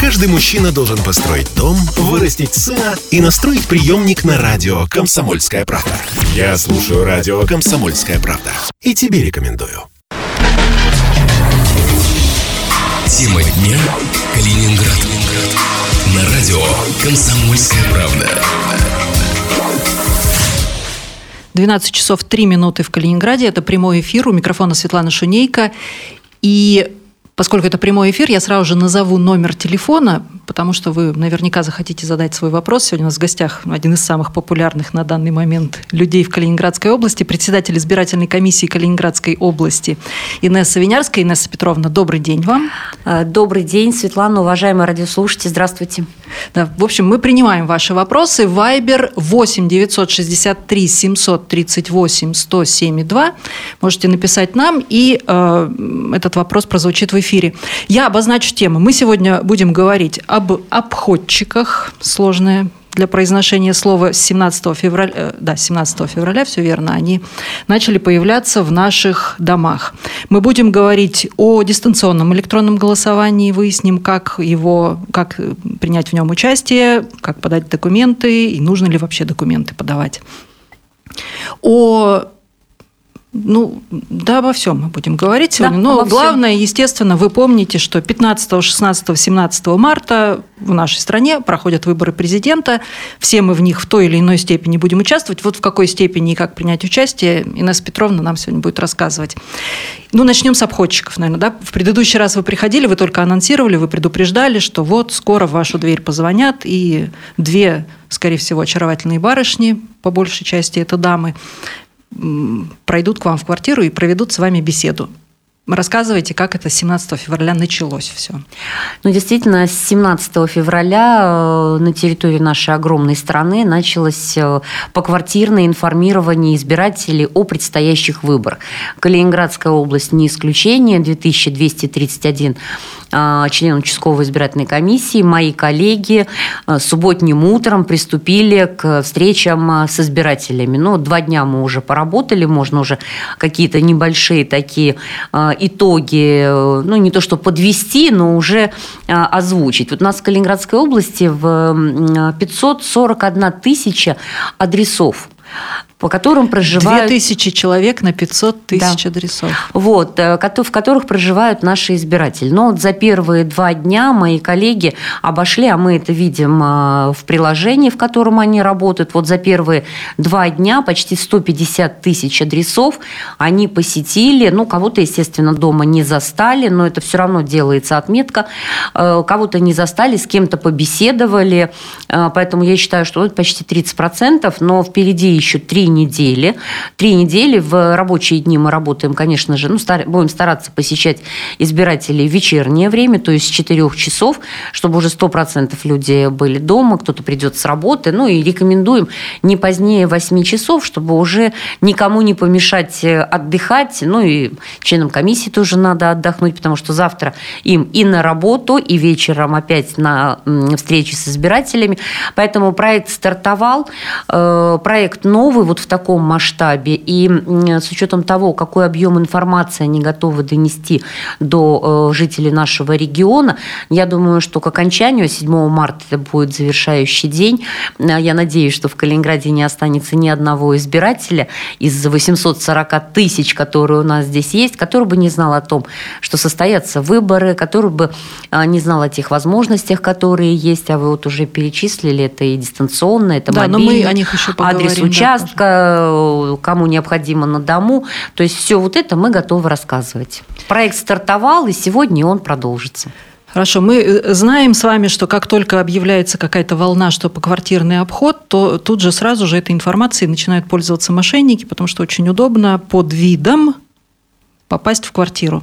Каждый мужчина должен построить дом, вырастить сына и настроить приемник на радио «Комсомольская правда». Я слушаю радио «Комсомольская правда» и тебе рекомендую. Тема дня: Калининград. На радио «Комсомольская правда». 12 часов 3 минуты в Калининграде. Это прямой эфир. У микрофона Светлана Шунейко. И поскольку это прямой эфир, я сразу же назову номер телефона, потому что вы наверняка захотите задать свой вопрос. Сегодня у нас в гостях один из самых популярных на данный момент людей в Калининградской области, председатель избирательной комиссии Калининградской области Инесса Винярская. Инесса Петровна, добрый день вам. Добрый день, Светлана, уважаемые радиослушатели, здравствуйте. Да, в общем, мы принимаем ваши вопросы. Вайбер 8 963 738 107,2. Можете написать нам, и этот вопрос прозвучит в эфире. Я обозначу тему. Мы сегодня будем говорить об обходчиках. Сложное для произношения слова. С 17 февраля, все верно, они начали появляться в наших домах. Мы будем говорить о дистанционном электронном голосовании, выясним, как принять в нем участие, как подать документы и нужно ли вообще документы подавать. Обо всем мы будем говорить сегодня. Но главное, естественно, вы помните, что 15, 16, 17 марта в нашей стране проходят выборы президента. Все мы в них в той или иной степени будем участвовать. Вот в какой степени и как принять участие, Инесса Петровна нам сегодня будет рассказывать. Начнем с обходчиков, наверное. Да? В предыдущий раз вы приходили, вы только анонсировали, вы предупреждали, что вот скоро в вашу дверь позвонят, и две, скорее всего, очаровательные барышни, по большей части это дамы, пройдут к вам в квартиру и проведут с вами беседу. Рассказывайте, как это с 17 февраля началось все. Действительно, с 17 февраля на территории нашей огромной страны началось поквартирное информирование избирателей о предстоящих выборах. Калининградская область не исключение, 2231 член участковой избирательной комиссии, мои коллеги субботним утром приступили к встречам с избирателями. 2 дня мы уже поработали, можно уже какие-то небольшие такие итоги, не то что подвести, но уже озвучить. Вот у нас в Калининградской области 541 тысяча адресов, по которым проживают... 2000 человек на 500 тысяч адресов. В которых проживают наши избиратели. Но за первые 2 дня мои коллеги обошли, а мы это видим в приложении, в котором они работают. За первые 2 дня почти 150 тысяч адресов они посетили. Кого-то, естественно, дома не застали, но это все равно делается отметка. Кого-то не застали, с кем-то побеседовали. Поэтому я считаю, что это почти 30%, но впереди еще 3 недели. 3 недели в рабочие дни мы работаем, конечно же, будем стараться посещать избирателей в вечернее время, то есть с 4 часов, чтобы уже 100% люди были дома, кто-то придет с работы. И рекомендуем не позднее 8 часов, чтобы уже никому не помешать отдыхать. И членам комиссии тоже надо отдохнуть, потому что завтра им и на работу, и вечером опять на встречи с избирателями. Поэтому проект стартовал. Проект новый, в таком масштабе, и с учетом того, какой объем информации они готовы донести до жителей нашего региона, я думаю, что к окончанию 7 марта это будет завершающий день. Я надеюсь, что в Калининграде не останется ни одного избирателя из 840 тысяч, которые у нас здесь есть, который бы не знал о том, что состоятся выборы, который бы не знал о тех возможностях, которые есть, а вы уже перечислили, это и дистанционно, это мобильно, но мы о них еще поговорим, адрес участка, кому необходимо на дому. То есть все это мы готовы рассказывать. Проект стартовал, и сегодня он продолжится. Хорошо, мы знаем с вами, что как только объявляется какая-то волна, что поквартирный обход, то тут же сразу же этой информацией начинают пользоваться мошенники, потому что очень удобно под видом попасть в квартиру.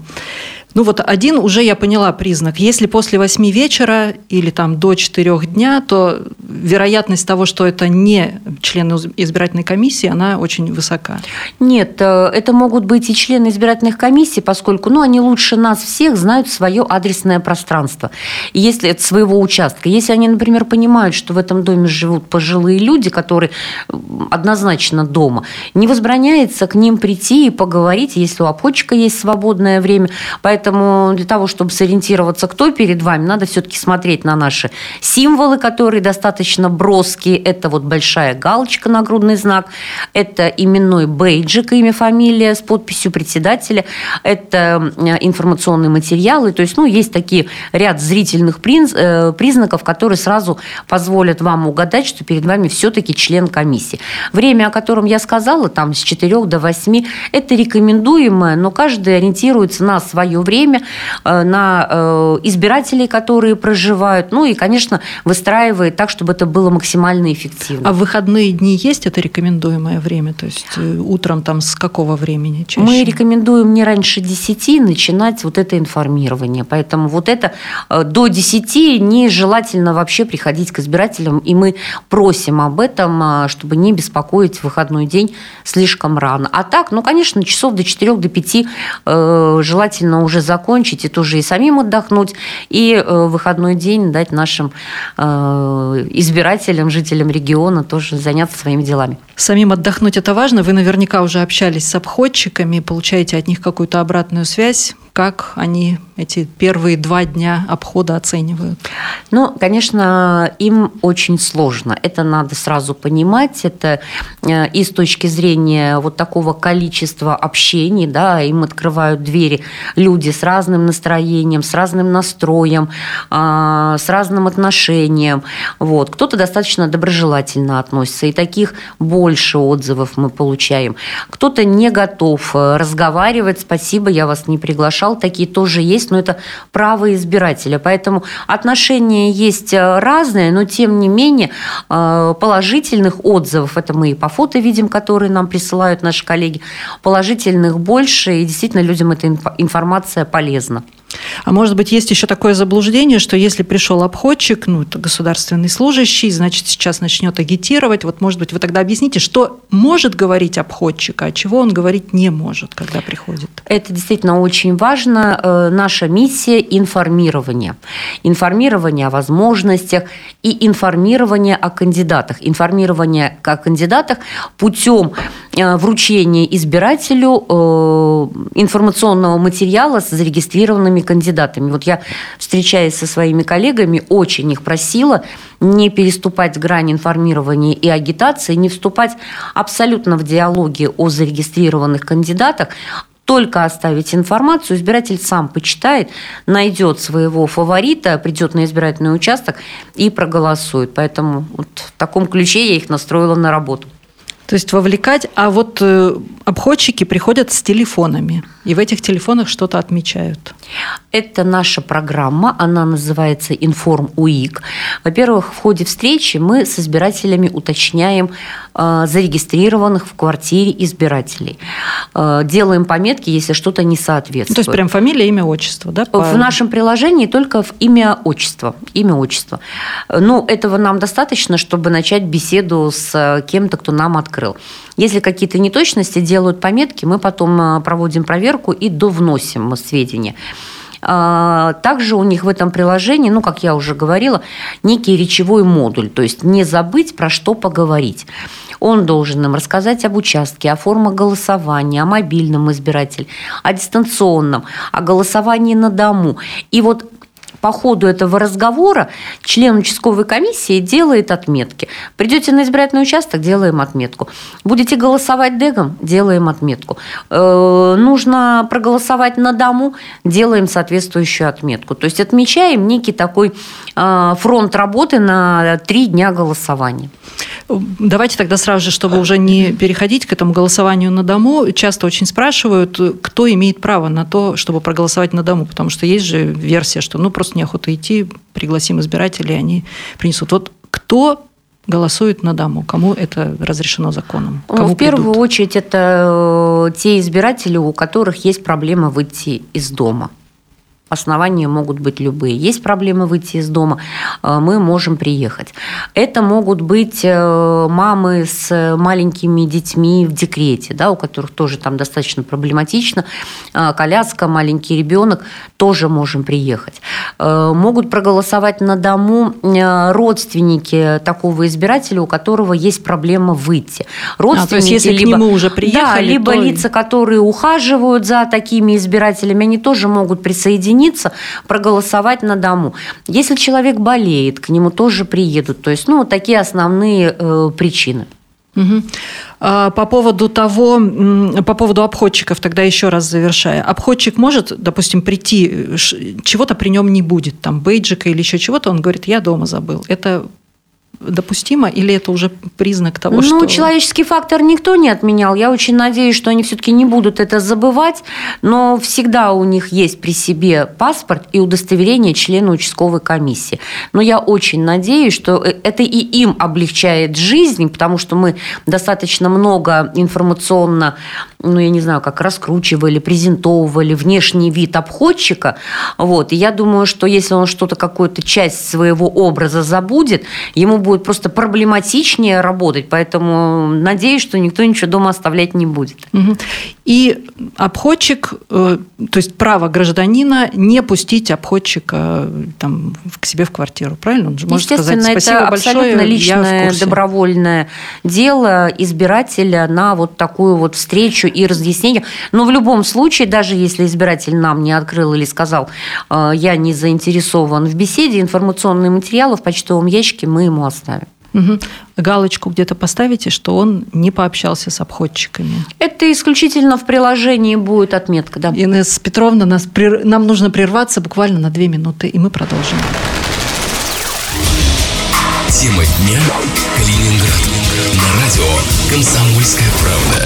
Один уже я поняла признак. Если после 8 вечера или до 4 дня, то вероятность того, что это не члены избирательной комиссии, она очень высока. Нет, это могут быть и члены избирательных комиссий, поскольку они лучше нас всех знают свое адресное пространство. И если это своего участка. Если они, например, понимают, что в этом доме живут пожилые люди, которые однозначно дома, не возбраняется к ним прийти и поговорить, если у обходчика есть свободное время. Поэтому Поэтому для того, чтобы сориентироваться, кто перед вами, надо все-таки смотреть на наши символы, которые достаточно броские. Это вот большая галочка, нагрудный знак, это именной бейджик, имя, фамилия с подписью председателя, это информационные материалы. То есть, есть такие ряд зрительных признаков, которые сразу позволят вам угадать, что перед вами все-таки член комиссии. Время, о котором я сказала, там с 4 до 8, это рекомендуемое, но каждый ориентируется на свое время, на избирателей, которые проживают, и, конечно, выстраивает так, чтобы это было максимально эффективно. А в выходные дни есть это рекомендуемое время? То есть утром там с какого времени чаще? Мы рекомендуем не раньше 10 начинать вот это информирование. Поэтому вот это до 10 нежелательно вообще приходить к избирателям, и мы просим об этом, чтобы не беспокоить в выходной день слишком рано. А так, конечно, часов до 4, до 5 желательно уже закончить, и тоже и самим отдохнуть, и выходной день дать нашим избирателям, жителям региона тоже заняться своими делами. Самим отдохнуть – это важно. Вы наверняка уже общались с обходчиками, получаете от них какую-то обратную связь. Как они эти первые 2 дня обхода оценивают? Конечно, им очень сложно. Это надо сразу понимать. Это и с точки зрения вот такого количества общений, им открывают двери люди с разным настроением, с разным настроем, с разным отношением. Кто-то достаточно доброжелательно относится, и таких больше отзывов мы получаем. Кто-то не готов разговаривать. Спасибо, я вас не приглашал. Такие тоже есть, но это право избирателя. Поэтому отношения есть разные, но тем не менее положительных отзывов, это мы и по фото видим, которые нам присылают наши коллеги, положительных больше, и действительно людям эта информация полезна. А может быть, есть еще такое заблуждение, что если пришел обходчик, это государственный служащий, значит, сейчас начнет агитировать. Может быть, вы тогда объясните, что может говорить обходчик, а чего он говорить не может, когда приходит? Это действительно очень важно. Наша миссия – информирование. Информирование о возможностях и информирование о кандидатах. Информирование о кандидатах путем вручения избирателю информационного материала с зарегистрированными кандидатами. Я, встречаясь со своими коллегами, очень их просила не переступать грань информирования и агитации, не вступать абсолютно в диалоги о зарегистрированных кандидатах, только оставить информацию, избиратель сам почитает, найдет своего фаворита, придет на избирательный участок и проголосует. Поэтому в таком ключе я их настроила на работу. То есть вовлекать, а обходчики приходят с телефонами, и в этих телефонах что-то отмечают. Это наша программа, она называется «Информ-УИК». Во-первых, в ходе встречи мы с избирателями уточняем зарегистрированных в квартире избирателей. Делаем пометки, если что-то не соответствует. То есть прям фамилия, имя, отчество, да? В нашем приложении только в имя, отчество. Этого нам достаточно, чтобы начать беседу с кем-то, кто нам открыл. Если какие-то неточности, делают пометки, мы потом проводим проверку и довносим сведения. Также у них в этом приложении, как я уже говорила, некий речевой модуль, то есть не забыть, про что поговорить. Он должен им рассказать об участке, о формах голосования, о мобильном избирателе, о дистанционном, о голосовании на дому. И по ходу этого разговора член участковой комиссии делает отметки. Придете на избирательный участок – делаем отметку. Будете голосовать дегом – делаем отметку. Нужно проголосовать на дому – делаем соответствующую отметку. То есть отмечаем некий такой фронт работы на 3 дня голосования. Давайте тогда сразу же, чтобы уже не переходить к этому голосованию на дому, часто очень спрашивают, кто имеет право на то, чтобы проголосовать на дому, потому что есть же версия, что просто неохота идти, пригласим избирателей, они принесут. Кто голосует на дому? Кому это разрешено законом? В первую очередь это те избиратели, у которых есть проблема выйти из дома. основания могут быть любые. Есть проблемы выйти из дома, мы можем приехать. Это могут быть мамы с маленькими детьми в декрете, да, у которых тоже там достаточно проблематично, коляска, маленький ребенок, тоже можем приехать. Могут проголосовать на дому родственники такого избирателя, у которого есть проблема выйти. Родственники, то есть если либо, к нему уже приехали, да, либо лица, которые ухаживают за такими избирателями, они тоже могут присоединиться, проголосовать на дому. Если человек болеет, к нему тоже приедут. То есть, вот такие основные причины. Угу. По поводу обходчиков, тогда еще раз завершая. Обходчик может, допустим, прийти, чего-то при нем не будет, там, бейджика или еще чего-то, он говорит, я дома забыл. Это допустимо или это уже признак того, что... человеческий фактор никто не отменял. Я очень надеюсь, что они все-таки не будут это забывать, но всегда у них есть при себе паспорт и удостоверение члена участковой комиссии. Но я очень надеюсь, что это и им облегчает жизнь, потому что мы достаточно много информационно, я не знаю, как раскручивали, презентовывали внешний вид обходчика. И я думаю, что если он что-то, какую-то часть своего образа забудет, ему будет просто проблематичнее работать, поэтому надеюсь, что никто ничего дома оставлять не будет. И обходчик, то есть право гражданина не пустить обходчика там, к себе в квартиру, правильно? Он же может сказать спасибо это большое, абсолютно личное, добровольное дело избирателя на такую встречу и разъяснение. Но в любом случае, даже если избиратель нам не открыл или сказал, я не заинтересован в беседе, информационные материалы в почтовом ящике мы ему оставим. Угу. Галочку где-то поставите, что он не пообщался с обходчиками. Это исключительно в приложении будет отметка. Да. Инесса Петровна, нам нужно прерваться буквально на 2 минуты, и мы продолжим. Тема дня. Калининград. На радио «Комсомольская правда».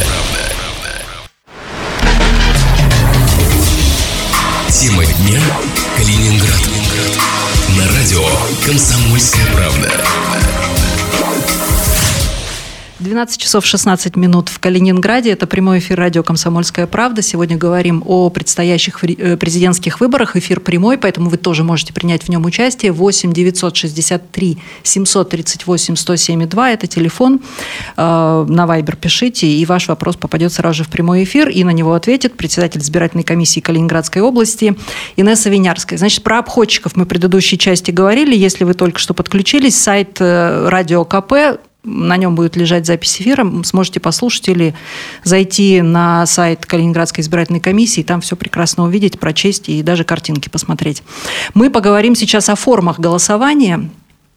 Тема дня. Калининград. На радио «Комсомольская правда». 12 часов 16 минут в Калининграде. Это прямой эфир радио «Комсомольская правда». Сегодня говорим о предстоящих президентских выборах. Эфир прямой, поэтому вы тоже можете принять в нем участие. 8 963 738 107,2. Это телефон. На Вайбер пишите, и ваш вопрос попадет сразу же в прямой эфир. И на него ответит председатель избирательной комиссии Калининградской области Инесса Винярская. Значит, про обходчиков мы в предыдущей части говорили. Если вы только что подключились, сайт Радио КП, на нем будет лежать запись эфира, сможете послушать или зайти на сайт Калининградской избирательной комиссии, там все прекрасно увидеть, прочесть и даже картинки посмотреть. Мы поговорим сейчас о формах голосования.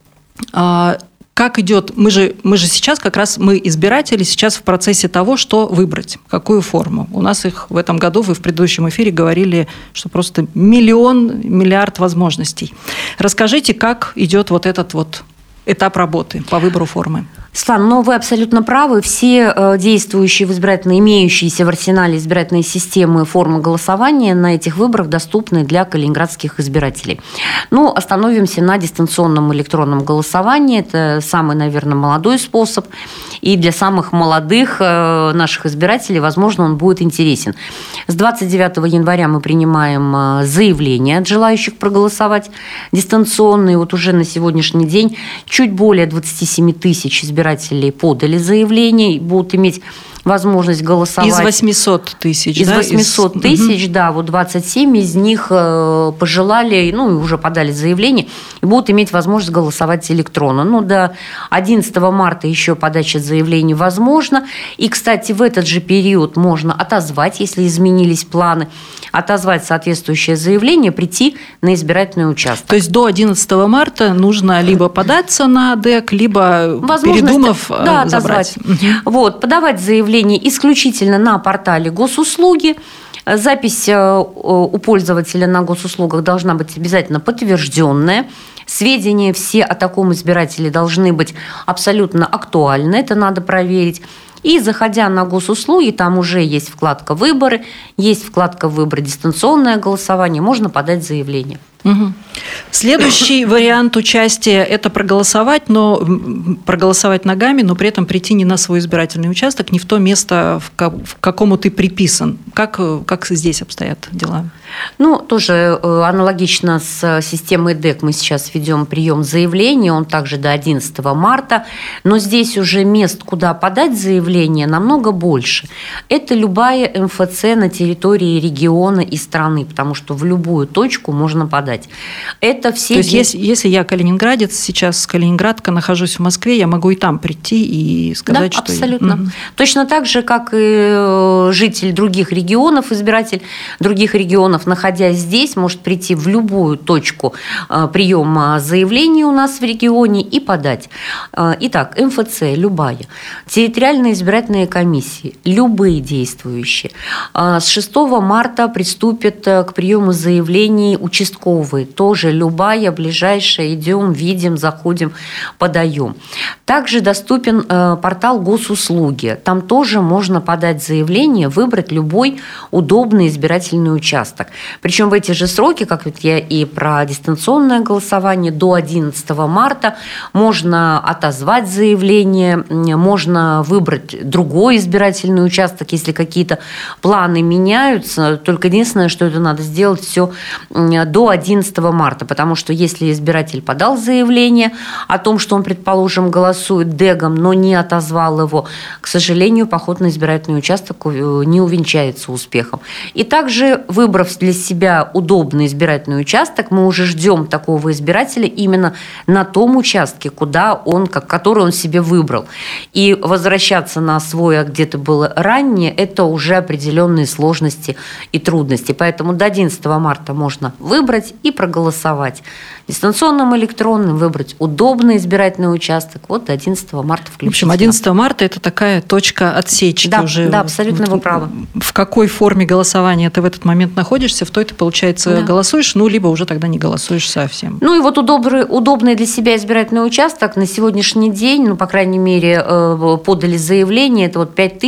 Как идет, мы же сейчас как раз, мы избиратели сейчас в процессе того, что выбрать, какую форму. У нас их в этом году, вы в предыдущем эфире говорили, что просто миллиард возможностей. Расскажите, как идет этот этап работы по выбору формы. Светлана, вы абсолютно правы. Все действующие в избирательной, имеющиеся в арсенале избирательной системы формы голосования на этих выборах доступны для калининградских избирателей. Остановимся на дистанционном электронном голосовании. Это самый, наверное, молодой способ. И для самых молодых наших избирателей, возможно, он будет интересен. С 29 января мы принимаем заявления от желающих проголосовать дистанционно. И уже на сегодняшний день чуть более 27 тысяч избирателей подали заявление и будут иметь возможность голосовать. Из 800 тысяч, Из 800 тысяч, да, 27 из них пожелали, и уже подали заявление, и будут иметь возможность голосовать электронно. До 11 марта еще подача заявлений возможна. И, кстати, в этот же период можно отозвать, если изменились планы, отозвать соответствующее заявление, прийти на избирательный участок. То есть до 11 марта нужно либо податься на ДЭК, либо, передумав, забрать. Подавать заявление исключительно на портале госуслуги. Запись у пользователя на госуслугах должна быть обязательно подтвержденная. Сведения все о таком избирателе должны быть абсолютно актуальны. Это надо проверить. И заходя на госуслуги, там уже есть вкладка «Выборы», есть вкладка «Выборы», дистанционное голосование, можно подать заявление. Угу. Следующий вариант участия – это проголосовать ногами, но при этом прийти не на свой избирательный участок, не в то место, в какому ты приписан. Как здесь обстоят дела? Тоже аналогично с системой ДЭК мы сейчас ведем прием заявлений, он также до 11 марта, но здесь уже мест, куда подать заявление, намного больше. Это любая МФЦ на территории региона и страны, потому что в любую точку можно подать. Это все. То есть, если я калининградец, сейчас Калининградка, нахожусь в Москве, я могу и там прийти и сказать, что... абсолютно. Угу. Точно так же, как и житель других регионов, избиратель других регионов, находясь здесь, может прийти в любую точку приема заявлений у нас в регионе и подать. Итак, МФЦ любая, территориальные избирательные комиссии, любые действующие. С 6 марта приступят к приему заявлений участковые, тоже любая, ближайшая, идем, видим, заходим, подаем. Также доступен портал госуслуги, там тоже можно подать заявление, выбрать любой удобный избирательный участок. Причем в эти же сроки, как я и про дистанционное голосование, до 11 марта можно отозвать заявление, можно выбрать другой избирательный участок, если какие-то планы меняются. Только единственное, что это надо сделать все до 11 марта, потому что если избиратель подал заявление о том, что он, предположим, голосует ДЭГом, но не отозвал его, к сожалению, поход на избирательный участок не увенчается успехом. И также, выбрав для себя удобный избирательный участок, мы уже ждем такого избирателя именно на том участке, который он себе выбрал. И возвращаться на свой, где-то было ранее, это уже определенные сложности и трудности. Поэтому до 11 марта можно выбрать и проголосовать. Дистанционным, электронным выбрать удобный избирательный участок. Вот до 11 марта включительно. В общем, 11 марта – это такая точка отсечки уже. Да, абсолютно вы правы. В какой форме голосования ты в этот момент находишься, в той ты, получается, голосуешь, либо уже тогда не голосуешь совсем. И вот удобный для себя избирательный участок на сегодняшний день, по крайней мере, подали заявление, это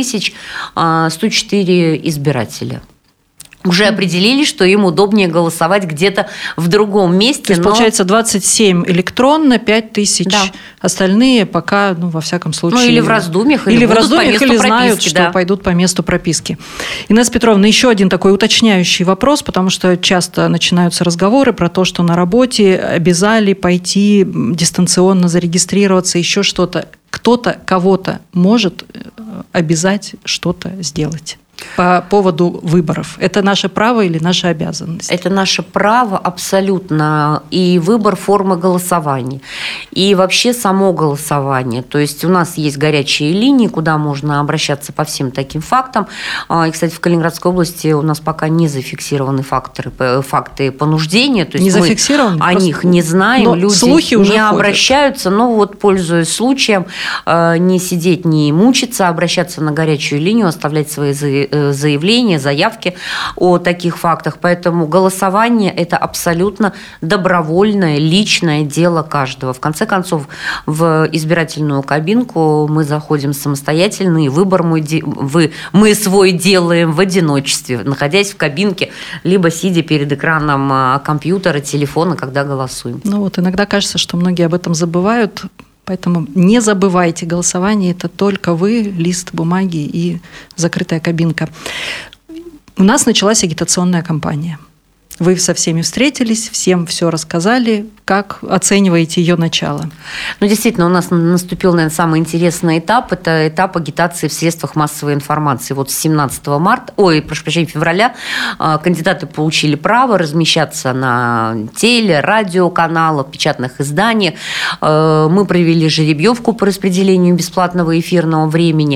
5104 избирателя. Уже определили, что им удобнее голосовать где-то в другом месте. То есть, получается, 27 электронно, 5000 остальные пока, во всяком случае... или в раздумьях, или знают, что пойдут по месту прописки. Инесса Петровна, еще один такой уточняющий вопрос, потому что часто начинаются разговоры про то, что на работе обязали пойти дистанционно зарегистрироваться, еще что-то. Кто-то кого-то может обязать что-то сделать по поводу выборов. Это наше право или наша обязанность? Это наше право абсолютно. И выбор формы голосования. И вообще само голосование. То есть у нас есть горячие линии, куда можно обращаться по всем таким фактам. И, кстати, в Калининградской области у нас пока не зафиксированы факты понуждения. То есть не зафиксированы? О них не знаем. Но люди слухи уже не обращаются. Но пользуясь случаем, не сидеть, не мучиться, обращаться на горячую линию, оставлять свои заявления, заявки о таких фактах. Поэтому голосование – это абсолютно добровольное, личное дело каждого. В конце концов, в избирательную кабинку мы заходим самостоятельно, и выбор мы свой делаем в одиночестве, находясь в кабинке, либо сидя перед экраном компьютера, телефона, когда голосуем. Иногда кажется, что многие об этом забывают. Поэтому не забывайте, голосование – это только вы, лист бумаги и закрытая кабинка. У нас началась агитационная кампания. Вы со всеми встретились, всем все рассказали. Как оцениваете ее начало? Действительно, у нас наступил, наверное, самый интересный этап. Это этап агитации в средствах массовой информации. С 17 февраля кандидаты получили право размещаться на радиоканалах, печатных изданиях. Мы провели жеребьевку по распределению бесплатного эфирного времени.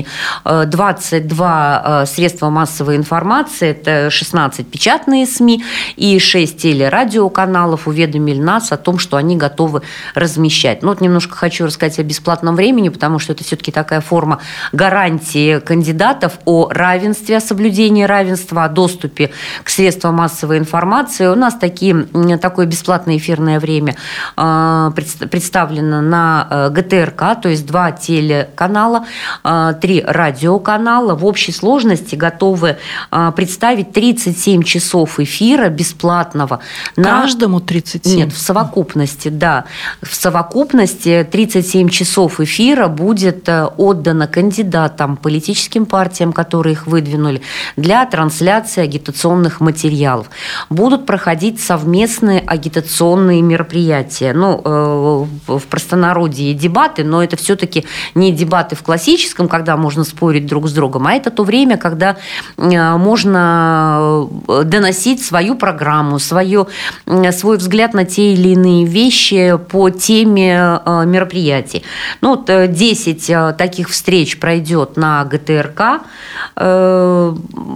22 средства массовой информации, это 16 печатные СМИ и 6 телерадиоканалов уведомили нас о том, что они готовы размещать. Немножко хочу рассказать о бесплатном времени, потому что это все-таки такая форма гарантии кандидатов о равенстве, о соблюдении равенства, о доступе к средствам массовой информации. У нас такое бесплатное эфирное время представлено на ГТРК, то есть 2 телеканала, 3 радиоканала. В общей сложности готовы представить 37 часов эфира бесплатно бесплатного. Каждому 37? Нет, в совокупности, да. В совокупности 37 часов эфира будет отдано кандидатам, политическим партиям, которые их выдвинули, для трансляции агитационных материалов. Будут проходить совместные агитационные мероприятия. В простонародье дебаты, но это все-таки не дебаты в классическом, когда можно спорить друг с другом, а это то время, когда можно доносить свою программу, свой взгляд на те или иные вещи по теме мероприятий. 10 таких встреч пройдет на ГТРК, на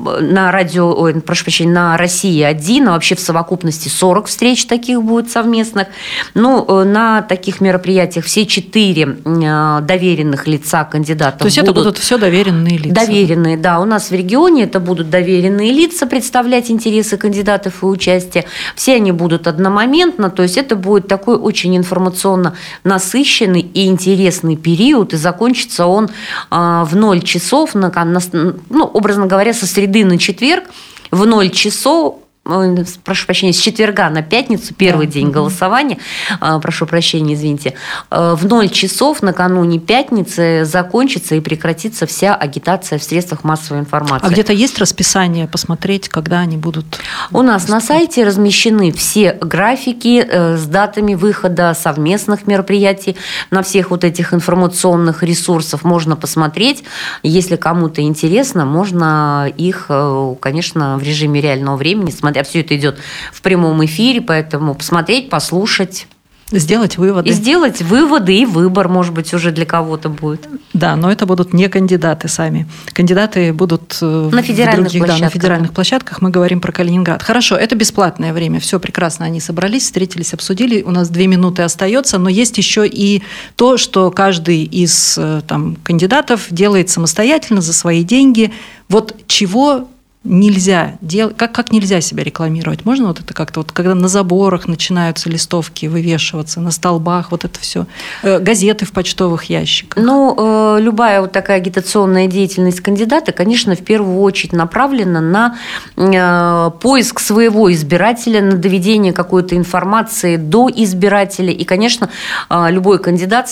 Россия-1, а вообще в совокупности 40 встреч таких будет совместных. На таких мероприятиях все 4 доверенных лица кандидатов. То есть это будут все доверенные лица? Доверенные, да. У нас в регионе это будут доверенные лица представлять интересы кандидатов и участия. Все они будут одномоментно, то есть это будет такой очень информационно насыщенный и интересный период, и закончится он в 0 часов, образно говоря, со среды на четверг в 0 часов, прошу прощения, с четверга на пятницу, первый день голосования, прошу прощения, извините, в 0 часов накануне пятницы закончится и прекратится вся агитация в средствах массовой информации. А где-то есть расписание посмотреть, когда они будут? У нас на сайте размещены все графики с датами выхода совместных мероприятий. На всех вот этих информационных ресурсах можно посмотреть. Если кому-то интересно, можно их, конечно, в режиме реального времени смотреть. А все это идет в прямом эфире, поэтому посмотреть, послушать. Сделать выводы. И сделать выводы, и выбор, может быть, уже для кого-то будет. Да, но это будут не кандидаты сами. Кандидаты будут на федеральных площадках. Мы говорим про Калининград. Хорошо, это бесплатное время. Все прекрасно, они собрались, встретились, обсудили. У нас 2 минуты остается, но есть еще и то, что каждый из кандидатов делает самостоятельно за свои деньги. Вот чего нельзя делать, как нельзя себя рекламировать? Можно вот это как-то, когда на заборах начинаются листовки вывешиваться, на столбах, вот это все, газеты в почтовых ящиках? Любая вот такая агитационная деятельность кандидата, конечно, в первую очередь направлена на поиск своего избирателя, на доведение какой-то информации до избирателя. И, конечно, любой кандидат,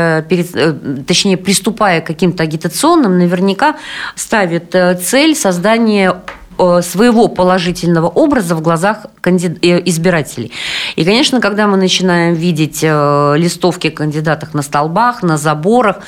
приступая к каким-то агитационным, наверняка ставит цель создания своего положительного образа в глазах избирателей. И, конечно, когда мы начинаем видеть листовки о кандидатах на столбах, на заборах,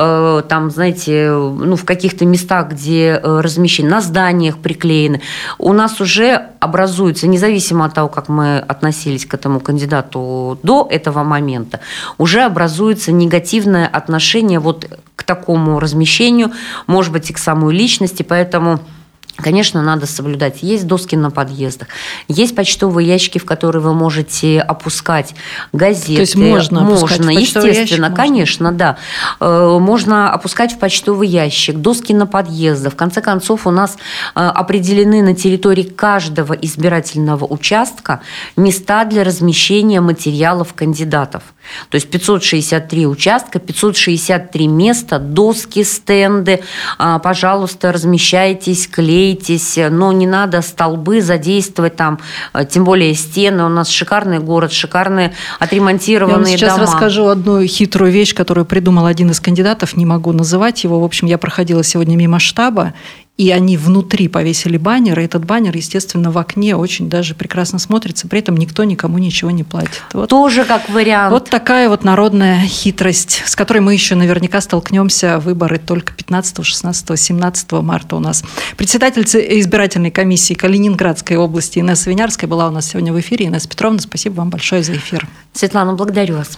в каких-то местах, где размещены, на зданиях приклеены, у нас уже образуется, независимо от того, как мы относились к этому кандидату до этого момента, уже образуется негативное отношение вот к такому размещению, может быть, и к самой личности, поэтому... Конечно, надо соблюдать. Есть доски на подъездах, есть почтовые ящики, в которые вы можете опускать газеты. То есть можно опускать в почтовый естественно, ящик? Конечно, да. Можно опускать в почтовый ящик, доски на подъездах. В конце концов, у нас определены на территории каждого избирательного участка места для размещения материалов кандидатов. То есть 563 участка, 563 места, доски, стенды. Пожалуйста, размещайтесь, клейтесь, но не надо столбы задействовать там, тем более стены. У нас шикарный город, шикарные отремонтированные дома. Я вам сейчас расскажу одну хитрую вещь, которую придумал один из кандидатов, не могу называть его. В общем, я проходила сегодня мимо штаба, и они внутри повесили баннер, и этот баннер, естественно, в окне очень даже прекрасно смотрится, при этом никто никому ничего не платит. Вот. Тоже как вариант. Вот такая вот народная хитрость, с которой мы еще наверняка столкнемся. Выборы только 15, 16, 17 марта у нас. Председатель избирательной комиссии Калининградской области Инесса Винярская была у нас сегодня в эфире. Инесса Петровна, спасибо вам большое за эфир. Светлана, благодарю вас.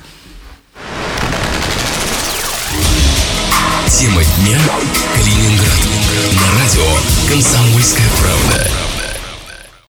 Тема дня: Калининград. На радио «Комсомольская правда».